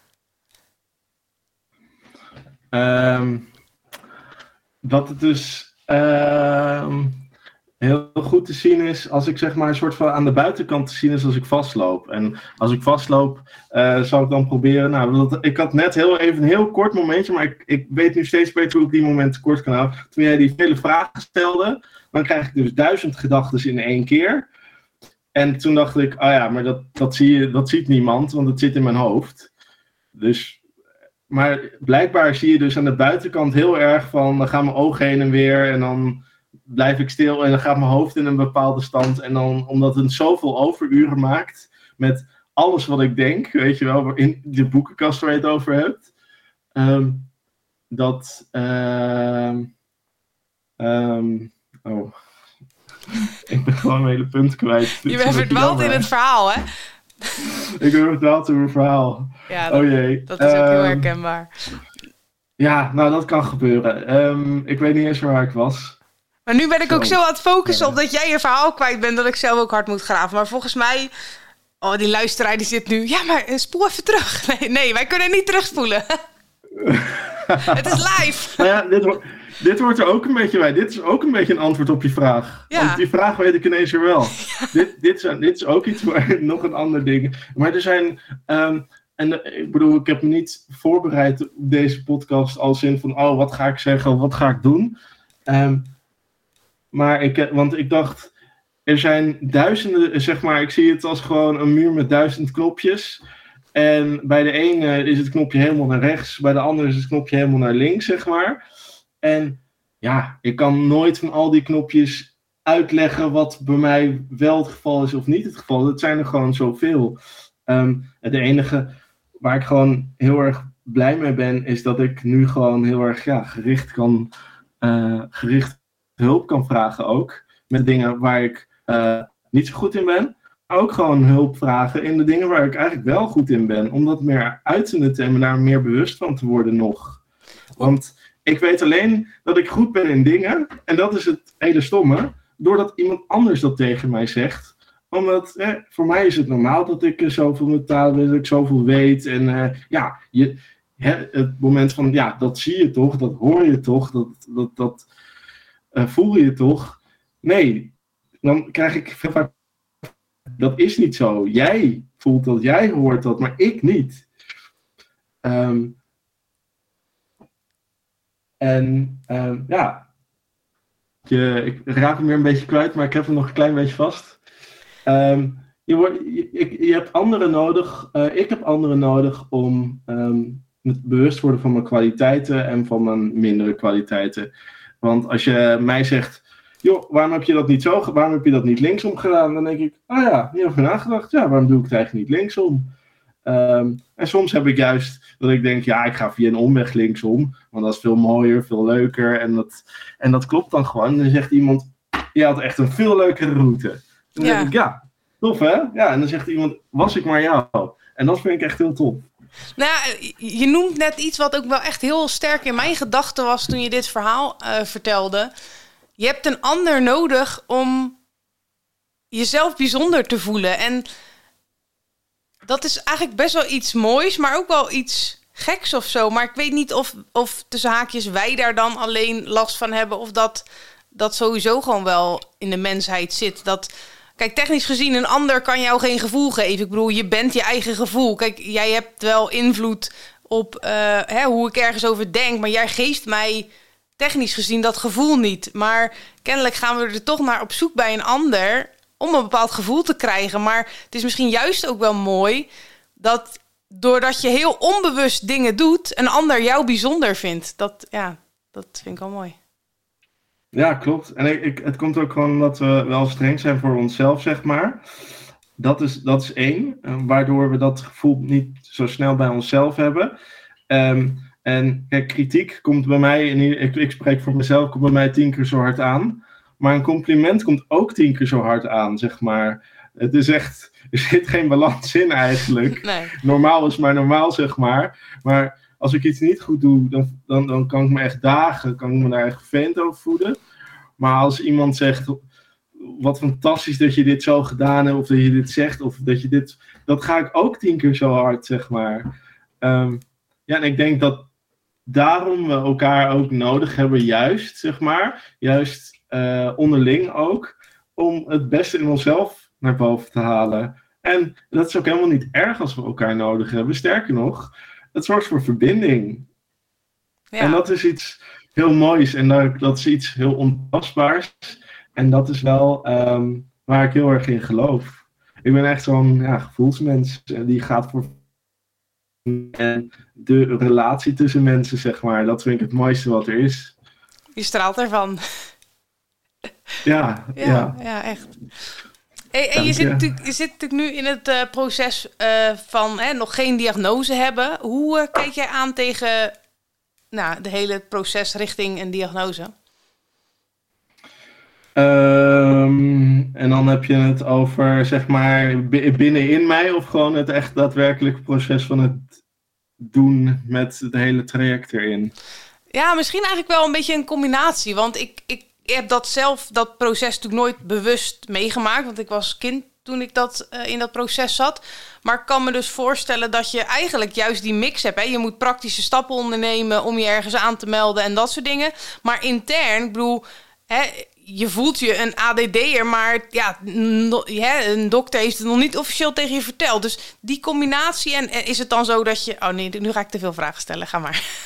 Um, dat het dus um, heel goed te zien is als ik zeg maar een soort van aan de buitenkant te zien is als ik vastloop. En als ik vastloop, uh, zal ik dan proberen. Nou, dat, ik had net heel even een heel kort momentje, maar ik, ik weet nu steeds beter hoe ik die momenten kort kan houden. Toen jij die vele vragen stelde, dan krijg ik dus duizend gedachten in één keer. En toen dacht ik, oh ja, maar dat, dat, zie je, dat ziet niemand, want het zit in mijn hoofd. Dus... Maar blijkbaar zie je dus aan de buitenkant heel erg van, dan gaan mijn ogen heen en weer en dan blijf ik stil en dan gaat mijn hoofd in een bepaalde stand. En dan, omdat het zoveel overuren maakt met alles wat ik denk, weet je wel, in de boekenkast waar je het over hebt, um, dat, um, um, oh, ik ben gewoon mijn hele punt kwijt. Je bent verdwaald in het verhaal, hè? Ik ben verdwaald in mijn verhaal. Ja, dat, oh jee. dat is ook um, heel herkenbaar. Ja, nou dat kan gebeuren. Um, ik weet niet eens waar ik was. Maar nu ben ik zo. ook zo aan het focussen ja. op dat jij je verhaal kwijt bent, dat ik zelf ook hard moet graven. Maar volgens mij, oh die luisteraar die zit nu, ja maar spoel even terug. Nee, nee wij kunnen niet terugspoelen. Het is live. Nou ja, dit, ho- dit hoort er ook een beetje bij. Dit is ook een beetje een antwoord op je vraag. Ja. Want die vraag weet ik ineens weer wel. Ja. Dit, dit, is, dit is ook iets, maar nog een ander ding. Maar er zijn... Um, en uh, ik bedoel, ik heb me niet voorbereid op deze podcast als in van, oh, wat ga ik zeggen, wat ga ik doen? Um, maar ik, want ik dacht, er zijn duizenden, zeg maar, ik zie het als gewoon een muur met duizend knopjes. En bij de ene is het knopje helemaal naar rechts, bij de andere is het knopje helemaal naar links, zeg maar. En ja, ik kan nooit van al die knopjes uitleggen wat bij mij wel het geval is of niet het geval. Het zijn er gewoon zoveel. Um, het enige waar ik gewoon heel erg blij mee ben, is dat ik nu gewoon heel erg ja, gericht kan, uh, gericht hulp kan vragen ook. Met dingen waar ik uh, niet zo goed in ben. Maar ook gewoon hulp vragen in de dingen waar ik eigenlijk wel goed in ben. Om dat meer uit te nutten en me daar meer bewust van te worden nog. Want ik weet alleen dat ik goed ben in dingen. En dat is het hele stomme. Doordat iemand anders dat tegen mij zegt. Omdat, eh, voor mij is het normaal dat ik uh, zoveel met talen weet, dat ik zoveel weet. En uh, ja, je, hè, het moment van, ja, dat zie je toch, dat hoor je toch, dat, dat, dat uh, voel je toch. Nee, dan krijg ik veel vaak, dat is niet zo. Jij voelt dat, jij hoort dat, maar ik niet. Um, en um, ja, je, ik raak hem weer een beetje kwijt, maar ik heb hem nog een klein beetje vast. Um, je, wordt, je, je hebt anderen nodig, uh, ik heb anderen nodig om um, bewust te worden van mijn kwaliteiten en van mijn mindere kwaliteiten. Want als je mij zegt, joh, waarom heb je dat niet zo, waarom heb je dat niet linksom gedaan? Dan denk ik, ah ja, hier heb ik nagedacht, ja, waarom doe ik het eigenlijk niet linksom? Um, en soms heb ik juist dat ik denk, ja, ik ga via een omweg linksom, want dat is veel mooier, veel leuker. En dat, en dat klopt dan gewoon. En dan zegt iemand, je had echt een veel leukere route. En dan ja. denk ik, ja, tof hè? Ja, en dan zegt iemand, was ik maar jou. En dat vind ik echt heel tof. Nou ja, je noemt net iets wat ook wel echt heel sterk in mijn gedachten was toen je dit verhaal uh, vertelde. Je hebt een ander nodig om jezelf bijzonder te voelen. En dat is eigenlijk best wel iets moois, maar ook wel iets geks of zo. Maar ik weet niet of, of tussen haakjes wij daar dan alleen last van hebben, of dat dat sowieso gewoon wel in de mensheid zit. Dat, kijk, technisch gezien, een ander kan jou geen gevoel geven. Ik bedoel, je bent je eigen gevoel. Kijk, jij hebt wel invloed op uh, hè, hoe ik ergens over denk, maar jij geeft mij technisch gezien dat gevoel niet. Maar kennelijk gaan we er toch naar op zoek bij een ander om een bepaald gevoel te krijgen. Maar het is misschien juist ook wel mooi dat doordat je heel onbewust dingen doet, een ander jou bijzonder vindt. Dat, ja, dat vind ik wel mooi. Ja, klopt. En ik, ik, het komt ook gewoon omdat we wel streng zijn voor onszelf, zeg maar. Dat is, dat is één, waardoor we dat gevoel niet zo snel bij onszelf hebben. Um, en kijk, kritiek komt bij mij, en ik, ik spreek voor mezelf, komt bij mij tien keer zo hard aan. Maar een compliment komt ook tien keer zo hard aan, zeg maar. Het is echt, er zit geen balans in eigenlijk. Nee. Normaal is maar normaal, zeg maar. Maar als ik iets niet goed doe, dan, dan, dan kan ik me echt dagen, kan ik me daar echt vervelend over voelen. Maar als iemand zegt, wat fantastisch dat je dit zo gedaan hebt, of dat je dit zegt, of dat je dit, dat ga ik ook tien keer zo hard, zeg maar. Um, ja, en ik denk dat daarom we elkaar ook nodig hebben, juist, zeg maar, juist uh, onderling ook, om het beste in onszelf naar boven te halen. En dat is ook helemaal niet erg als we elkaar nodig hebben. Sterker nog, het zorgt voor verbinding. Ja. En dat is iets heel moois en dat, dat is iets heel ontastbaars. En dat is wel um, waar ik heel erg in geloof. Ik ben echt zo'n ja, gevoelsmens die gaat voor en de relatie tussen mensen, zeg maar. Dat vind ik het mooiste wat er is. Je straalt ervan. Ja, ja. Ja, ja echt. Hey, en je zit, natuurlijk, je zit natuurlijk nu in het uh, proces uh, van hè, nog geen diagnose hebben. Hoe uh, kijk jij aan tegen nou, de hele proces richting een diagnose? Um, en dan heb je het over, zeg maar, b- binnenin mij of gewoon het echt daadwerkelijke proces van het doen met het hele traject erin? Ja, misschien eigenlijk wel een beetje een combinatie. Want ik, ik heb dat zelf, dat proces natuurlijk nooit bewust meegemaakt. Want ik was kind toen ik dat uh, in dat proces zat. Maar ik kan me dus voorstellen dat je eigenlijk juist die mix hebt. Hè? Je moet praktische stappen ondernemen om je ergens aan te melden en dat soort dingen. Maar intern, ik bedoel, hè, je voelt je een A D D'er, maar ja, no, ja, een dokter heeft het nog niet officieel tegen je verteld. Dus die combinatie, en, en is het dan zo dat je... Oh nee, nu ga ik te veel vragen stellen, ga maar.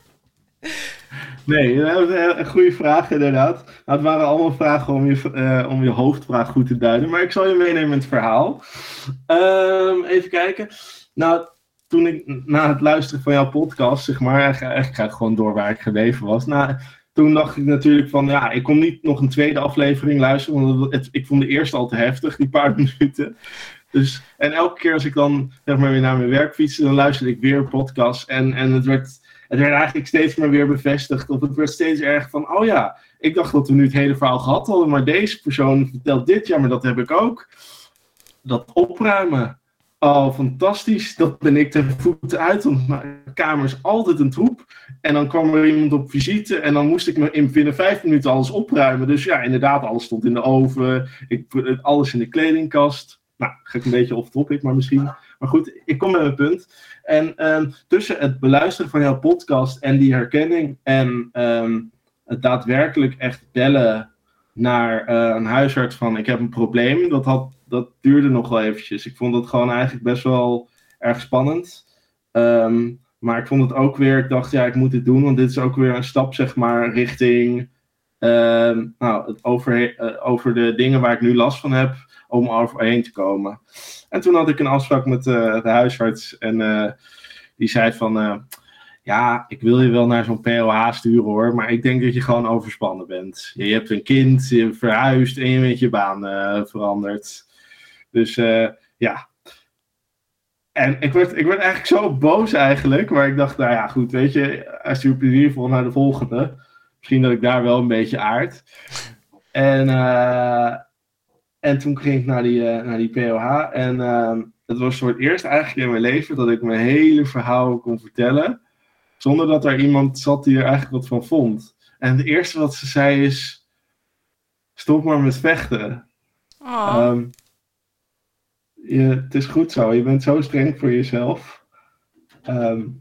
Nee, een goede vraag inderdaad. Nou, het waren allemaal vragen om je, uh, om je hoofdvraag goed te duiden, maar ik zal je meenemen in het verhaal. Um, even kijken. Nou, toen ik na het luisteren van jouw podcast, zeg maar, eigenlijk ga ik gewoon door waar ik gebleven was. Nou, toen dacht ik natuurlijk van, ja, ik kon niet nog een tweede aflevering luisteren, want het, ik vond de eerste al te heftig, die paar minuten. Dus, en elke keer als ik dan zeg maar, weer naar mijn werk fietste, dan luisterde ik weer een podcast. En, en het, werd, het werd eigenlijk steeds maar weer bevestigd. Of het werd steeds erg van, oh ja, ik dacht dat we nu het hele verhaal gehad hadden, maar deze persoon vertelt dit, ja, maar dat heb ik ook. Dat opruimen. Oh, fantastisch. Dat ben ik ten voeten uit, want mijn kamer is altijd een troep. En dan kwam er iemand op visite en dan moest ik me in binnen vijf minuten alles opruimen. Dus ja, inderdaad, alles stond in de oven, ik, alles in de kledingkast. Nou, ga ik een beetje off topic, maar misschien. Maar goed, ik kom met mijn punt. En um, tussen het beluisteren van jouw podcast en die herkenning en um, het daadwerkelijk echt bellen naar uh, een huisarts van ik heb een probleem, dat, had, dat duurde nog wel eventjes. Ik vond het gewoon eigenlijk best wel erg spannend. Um, maar ik vond het ook weer, ik dacht ja, ik moet dit doen, want dit is ook weer een stap, zeg maar, richting um, nou, het over, uh, over de dingen waar ik nu last van heb, om overheen te komen. En toen had ik een afspraak met uh, de huisarts en uh, die zei van, uh, ja, ik wil je wel naar zo'n P O H sturen hoor, maar ik denk dat je gewoon overspannen bent. Je hebt een kind, je verhuist en je bent je baan uh, veranderd. Dus uh, ja. En ik werd, ik werd eigenlijk zo boos eigenlijk, maar ik dacht, nou ja, goed, weet je, hij stuurt in ieder geval naar de volgende. Misschien dat ik daar wel een beetje aard. En... Uh, En toen ging ik naar die, uh, naar die P O H. En uh, het was voor het eerst eigenlijk in mijn leven dat ik mijn hele verhaal kon vertellen. Zonder dat er iemand zat die er eigenlijk wat van vond. En het eerste wat ze zei is, stop maar met vechten. Um, je, het is goed zo, je bent zo streng voor jezelf. Um,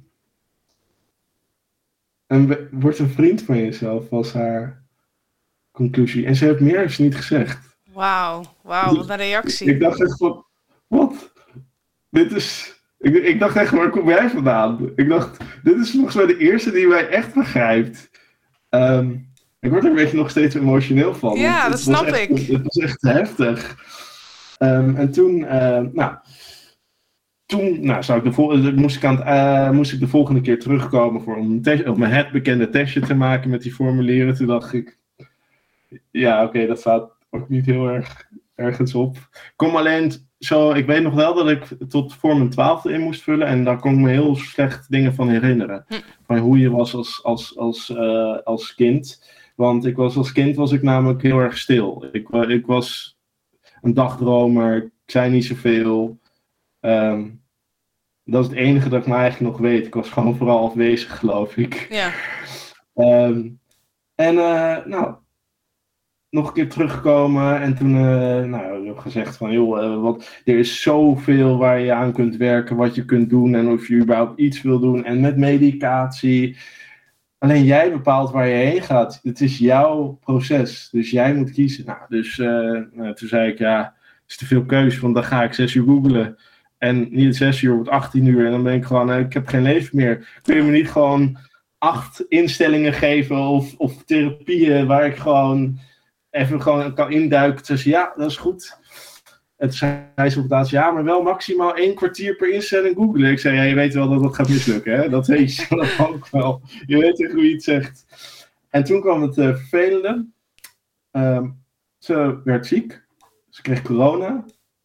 en be, word een vriend van jezelf, was haar conclusie. En ze heeft meer heeft ze niet gezegd. Wauw, wauw, wat een reactie. Ik, ik dacht echt van, wat? Dit is... Ik, ik dacht echt, waar kom jij vandaan? Ik dacht, dit is volgens mij de eerste die mij echt begrijpt. Um, ik word er een beetje nog steeds emotioneel van. Ja, dat het snap echt, ik. Het was echt heftig. Um, en toen, uh, nou... Toen nou, zou ik de vol- moest, ik aan het, uh, moest ik de volgende keer terugkomen voor om, een test- om het bekende testje te maken met die formulieren. Toen dacht ik, ja, oké, okay, dat staat ook niet heel erg ergens op. Kom alleen zo, ik weet nog wel dat ik tot voor mijn twaalfde in moest vullen. En daar kon ik me heel slecht dingen van herinneren. Hm. Van hoe je was als, als, als, uh, als kind. Want ik was als kind was ik namelijk heel erg stil. Ik, ik was een dagdromer. Ik zei niet zoveel. Um, dat is het enige dat ik me eigenlijk nog weet. Ik was gewoon vooral afwezig, geloof ik. Ja. Um, en uh, nou... nog een keer teruggekomen en toen uh, nou, ik heb gezegd van joh, uh, wat, er is zoveel waar je aan kunt werken, wat je kunt doen en of je überhaupt iets wil doen en met medicatie. Alleen jij bepaalt waar je heen gaat. Het is jouw proces, dus jij moet kiezen. Nou, dus uh, nou, toen zei ik ja, het is te veel keus, want dan ga ik zes uur googlen. En niet zes uur, wordt achttien uur en dan ben ik gewoon, uh, ik heb geen leven meer. Kun je me niet gewoon acht instellingen geven of, of therapieën waar ik gewoon even gewoon kan induiken tussen, ja, dat is goed. En toen zei ze op plaats, ja, maar wel maximaal één kwartier per instelling googlen. Ik zei, ja, je weet wel dat dat gaat mislukken, hè? Dat weet je dat ook wel. Je weet echt hoe je het zegt. En toen kwam het uh, vervelende. Um, ze werd ziek. Ze kreeg corona.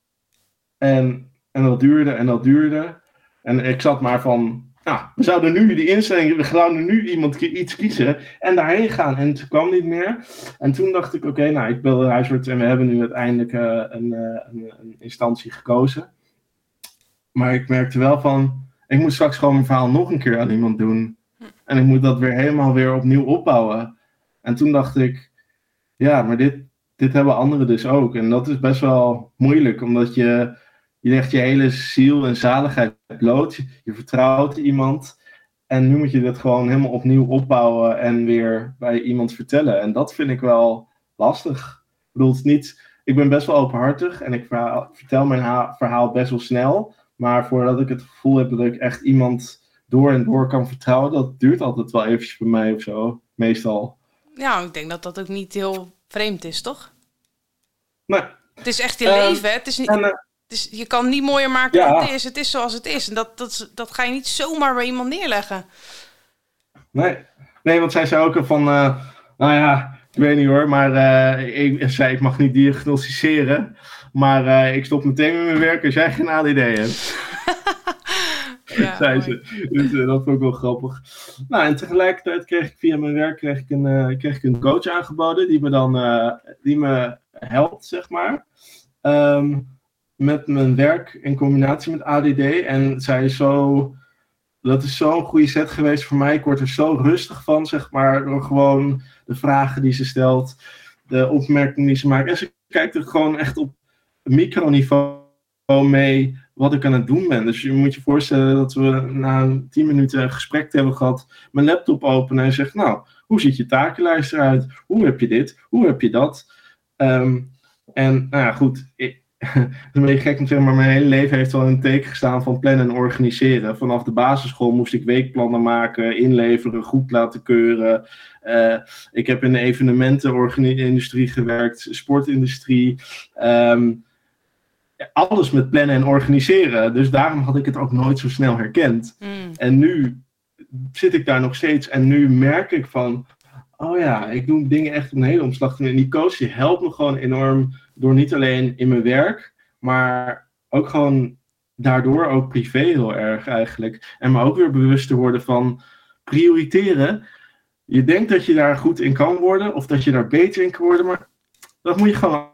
En, en dat duurde en dat duurde. En ik zat maar van, nou, we zouden nu die instelling, we zouden nu iemand iets kiezen en daarheen gaan. En het kwam niet meer. En toen dacht ik, oké, okay, nou, ik belde de huisarts en we hebben nu uiteindelijk uh, een, uh, een, een instantie gekozen. Maar ik merkte wel van, ik moet straks gewoon mijn verhaal nog een keer aan iemand doen. En ik moet dat weer helemaal weer opnieuw opbouwen. En toen dacht ik, ja, maar dit, dit hebben anderen dus ook. En dat is best wel moeilijk, omdat je... Je legt je hele ziel en zaligheid bloot. Je vertrouwt iemand. En nu moet je dat gewoon helemaal opnieuw opbouwen. En weer bij iemand vertellen. En dat vind ik wel lastig. Ik bedoel, het is niet... Ik ben best wel openhartig. En ik verhaal, vertel mijn ha- verhaal best wel snel. Maar voordat ik het gevoel heb dat ik echt iemand door en door kan vertrouwen. Dat duurt altijd wel eventjes bij mij of zo. Meestal. Ja, ik denk dat dat ook niet heel vreemd is, toch? Nee. Het is echt je um, leven, hè? Het is niet... En, uh, Dus je kan niet mooier maken ja. dan het is. Het is zoals het is. En dat, dat, dat ga je niet zomaar bij iemand neerleggen. Nee, nee, want zij zei ook van... Uh, nou ja, ik weet niet hoor, maar uh, ik zei ik mag niet diagnosticeren. Maar uh, ik stop meteen met mijn werk als jij geen A D D hebt. Ja, zei ze. Dus uh, dat vond ik wel grappig. Nou, en tegelijkertijd kreeg ik via mijn werk kreeg ik een, uh, kreeg ik een coach aangeboden. Die me dan uh, die me helpt, zeg maar. Um, met mijn werk in combinatie met A D D. En zij is zo... Dat is zo'n goede set geweest voor mij. Ik word er zo rustig van, zeg maar. Door gewoon de vragen die ze stelt. De opmerkingen die ze maakt. En ze kijkt er gewoon echt op microniveau mee wat ik aan het doen ben. Dus je moet je voorstellen dat we na tien minuten een gesprek hebben gehad. Mijn laptop openen en zegt, nou, hoe ziet je takenlijst eruit? Hoe heb je dit? Hoe heb je dat? Um, en nou ja, goed... Ik, het is een beetje gek om te zeggen, maar mijn hele leven heeft wel in het teken gestaan van plannen en organiseren. Vanaf de basisschool moest ik weekplannen maken, inleveren, goed laten keuren. Uh, ik heb in de evenementenindustrie gewerkt, sportindustrie. Um, alles met plannen en organiseren. Dus daarom had ik het ook nooit zo snel herkend. Mm. En nu zit ik daar nog steeds en nu merk ik van... Oh ja, ik doe dingen echt op een hele omslag. En die coach die helpt me gewoon enorm door niet alleen in mijn werk, maar ook gewoon daardoor ook privé heel erg eigenlijk. En me ook weer bewust te worden van prioriteren. Je denkt dat je daar goed in kan worden of dat je daar beter in kan worden, maar dat moet je gewoon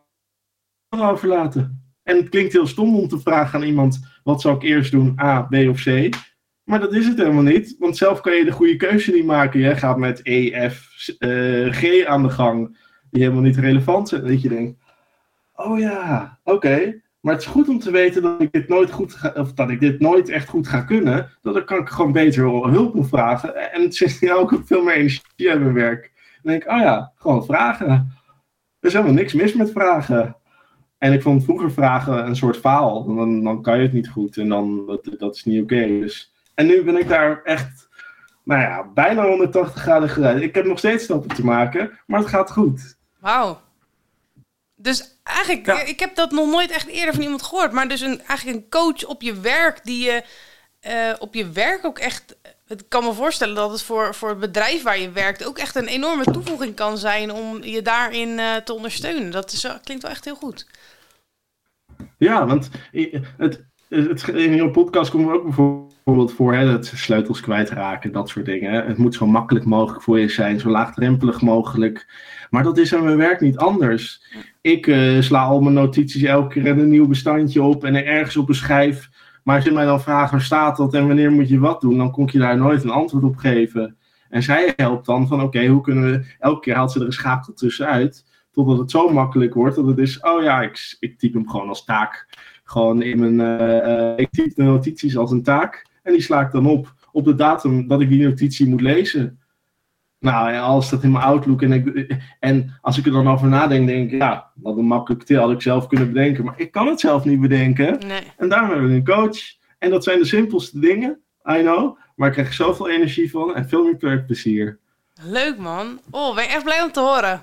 overlaten. En het klinkt heel stom om te vragen aan iemand, wat zou ik eerst doen, A, B of C? Maar dat is het helemaal niet, want zelf kan je de goede keuze niet maken. Je gaat met E, F, uh, G aan de gang, die helemaal niet relevant zijn. Dat je denkt, oh ja, oké. Okay. Maar het is goed om te weten dat ik dit nooit goed ga, of dat ik dit nooit echt goed ga kunnen. Dat dan kan ik gewoon beter hulp op vragen. En het zit jou ook veel meer energie in mijn werk. Dan denk ik, oh ja, gewoon vragen. Er is helemaal niks mis met vragen. En ik vond vroeger vragen een soort faal. Dan, dan kan je het niet goed en dan, dat, dat is niet oké. Okay. Dus... En nu ben ik daar echt, nou ja, bijna honderdtachtig graden gedraaid. Ik heb nog steeds stappen te maken, maar het gaat goed. Wauw. Dus eigenlijk, ja. ik heb dat nog nooit echt eerder van iemand gehoord. Maar dus een, eigenlijk een coach op je werk die je uh, op je werk ook echt... Ik kan me voorstellen dat het voor, voor het bedrijf waar je werkt ook echt een enorme toevoeging kan zijn om je daarin uh, te ondersteunen. Dat is, klinkt wel echt heel goed. Ja, want het, het, in jouw podcast komen we ook bijvoorbeeld voor, hè, dat sleutels kwijtraken, dat soort dingen. Hè. Het moet zo makkelijk mogelijk voor je zijn, zo laagdrempelig mogelijk. Maar dat is aan mijn werk niet anders. Ik uh, sla al mijn notities elke keer een nieuw bestandje op en er ergens op een schijf. Maar als je mij dan vraagt, waar staat dat en wanneer moet je wat doen, dan kon je daar nooit een antwoord op geven. En zij helpt dan van, oké, okay, hoe kunnen we... Elke keer haalt ze er een schakel tussenuit, totdat het zo makkelijk wordt dat het is, oh ja, ik, ik typ hem gewoon als taak. Gewoon in mijn... Uh, uh, ik typ de notities als een taak en die sla ik dan op, op de datum dat ik die notitie moet lezen. Nou, en alles staat in mijn Outlook. En, ik, en als ik er dan over nadenk, denk ik, ja, wat een makkelijk til had ik zelf kunnen bedenken. Maar ik kan het zelf niet bedenken. Nee. En daarom hebben we een coach. En dat zijn de simpelste dingen, I know. Maar ik krijg er zoveel energie van en veel meer werkplezier. Leuk, man. Oh, ben je echt blij om te horen.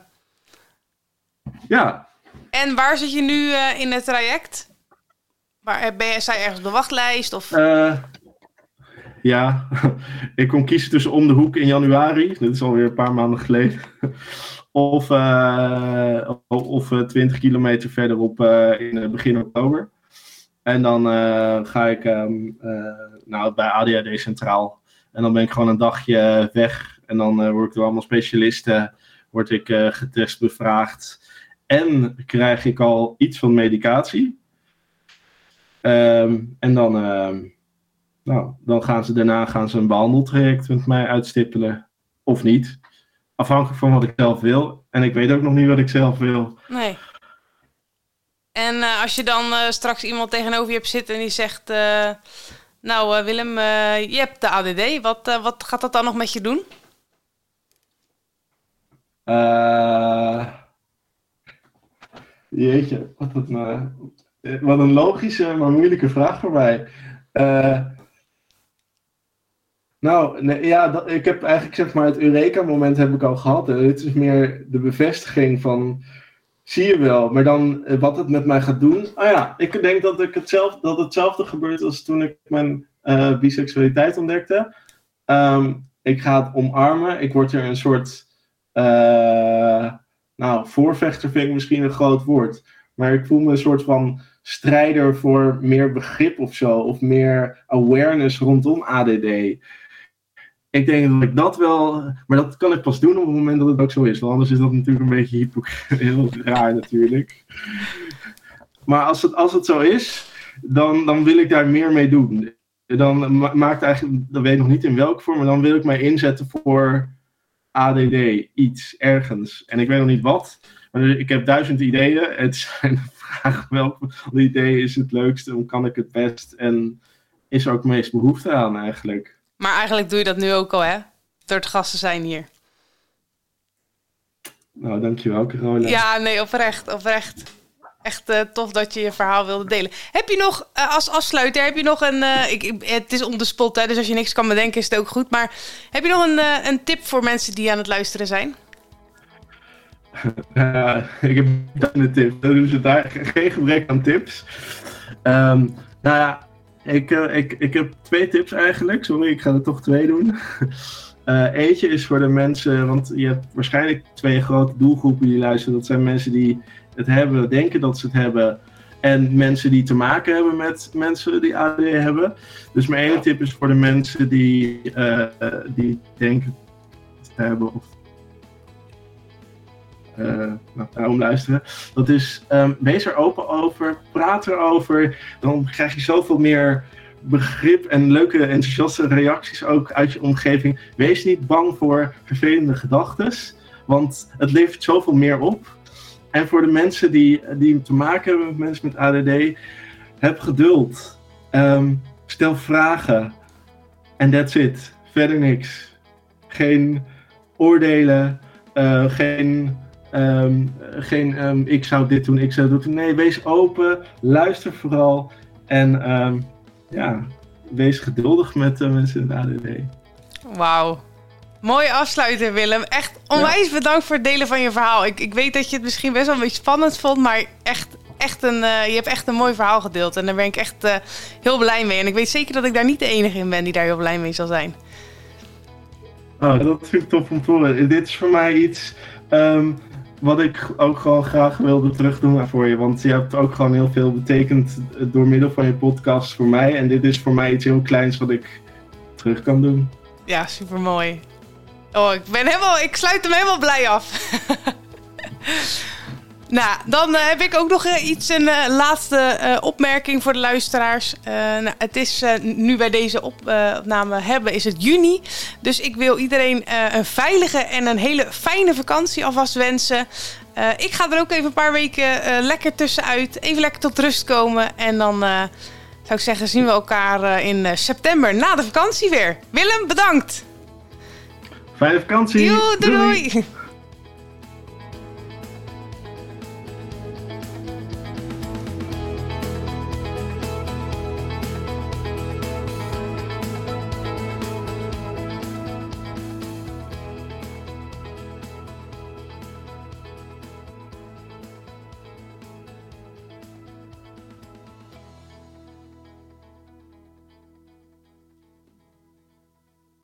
Ja. En waar zit je nu uh, in het traject? Waar, ben je, sta je ergens op de wachtlijst? Of... Uh, ja, ik kon kiezen tussen om de hoek in januari. Dat is alweer een paar maanden geleden. Of, uh, of uh, twintig kilometer verderop uh, in uh, begin oktober. En dan uh, ga ik um, uh, nou, bij A D H D Centraal. En dan ben ik gewoon een dagje weg. En dan uh, word ik door allemaal specialisten word ik, uh, getest, bevraagd. En krijg ik al iets van medicatie. Um, en dan, uh, nou, dan gaan ze daarna gaan ze een behandeltraject met mij uitstippelen. Of niet. Afhankelijk van wat ik zelf wil. En ik weet ook nog niet wat ik zelf wil. Nee. En uh, als je dan uh, straks iemand tegenover je hebt zitten en die zegt... Uh, nou uh, Willem, uh, je hebt de A D D. Wat, uh, wat gaat dat dan nog met je doen? Uh, jeetje, wat een, uh, wat een logische, maar moeilijke vraag voor mij. Uh, nou, nee, ja, dat, ik heb eigenlijk zeg maar het Eureka-moment heb ik al gehad. Uh, dit is meer de bevestiging van... Zie je wel, maar dan uh, wat het met mij gaat doen. Ah ja, ik denk dat, ik hetzelfde, dat hetzelfde gebeurt als toen ik mijn uh, biseksualiteit ontdekte. Um, ik ga het omarmen. Ik word er een soort... Uh, nou, voorvechter vind ik misschien een groot woord. Maar ik voel me een soort van strijder voor meer begrip of zo. Of meer awareness rondom A D D. Ik denk dat ik dat wel... Maar dat kan ik pas doen op het moment dat het ook zo is. Want anders is dat natuurlijk een beetje hypocriet. Heel raar natuurlijk. Maar als het, als het zo is, dan, dan wil ik daar meer mee doen. Dan ma- maakt eigenlijk... Dan weet ik nog niet in welke vorm. Maar dan wil ik mij inzetten voor A D D. Iets, ergens. En ik weet nog niet wat. Maar ik heb duizend ideeën. Het zijn de vragen welke idee is het leukste. Hoe kan ik het best? En is er ook het meest behoefte aan eigenlijk. Maar eigenlijk doe je dat nu ook al, hè? Door te gasten zijn hier. Nou, dankjewel, Carola. Ja, nee, oprecht, oprecht. Echt uh, tof dat je je verhaal wilde delen. Heb je nog, uh, als afsluiter, heb je nog een... Uh, ik, ik, het is on the spot, hè, dus als je niks kan bedenken is het ook goed. Maar heb je nog een, uh, een tip voor mensen die aan het luisteren zijn? Uh, ik heb duizenden tips. Dus daar geen gebrek aan tips. Um, nou ja, ik, uh, ik, ik heb twee tips eigenlijk. Sorry, ik ga er toch twee doen. Uh, eentje is voor de mensen, want je hebt waarschijnlijk twee grote doelgroepen die luisteren. Dat zijn mensen die het hebben, denken dat ze het hebben. En mensen die te maken hebben met mensen die A D D hebben. Dus mijn ene tip is voor de mensen die, uh, die denken te hebben of Uh, nou, daarom luisteren. Dat is, um, wees er open over, praat erover. Dan krijg je zoveel meer begrip en leuke, enthousiaste reacties ook uit je omgeving. Wees niet bang voor vervelende gedachten, want het levert zoveel meer op. En voor de mensen die, die te maken hebben met mensen met A D D, heb geduld. Um, stel vragen. En that's it. Verder niks. Geen oordelen, uh, geen... Um, geen, um, ik zou dit doen, ik zou dat doen. Nee, wees open, luister vooral en um, ja, wees geduldig met uh, mensen met A D D. Wauw. Mooi afsluiten, Willem. Echt onwijs ja. bedankt voor het delen van je verhaal. Ik, ik weet dat je het misschien best wel een beetje spannend vond, maar echt, echt een, uh, je hebt echt een mooi verhaal gedeeld. En daar ben ik echt uh, heel blij mee. En ik weet zeker dat ik daar niet de enige in ben die daar heel blij mee zal zijn. Oh, dat vind ik tof om te horen. Dit is voor mij iets... Um, wat ik ook gewoon graag wilde terugdoen voor je. Want je hebt ook gewoon heel veel betekend door middel van je podcast voor mij. En dit is voor mij iets heel kleins wat ik terug kan doen. Ja, supermooi. Oh, ik ben helemaal, ik sluit hem helemaal blij af. Nou, dan uh, heb ik ook nog uh, iets, een uh, laatste uh, opmerking voor de luisteraars. Uh, nou, het is uh, nu bij deze opname hebben, is het juni. Dus ik wil iedereen uh, een veilige en een hele fijne vakantie alvast wensen. Uh, ik ga er ook even een paar weken uh, lekker tussenuit. Even lekker tot rust komen. En dan uh, zou ik zeggen, zien we elkaar uh, in uh, september na de vakantie weer. Willem, bedankt. Fijne vakantie. Yo, doei. doei.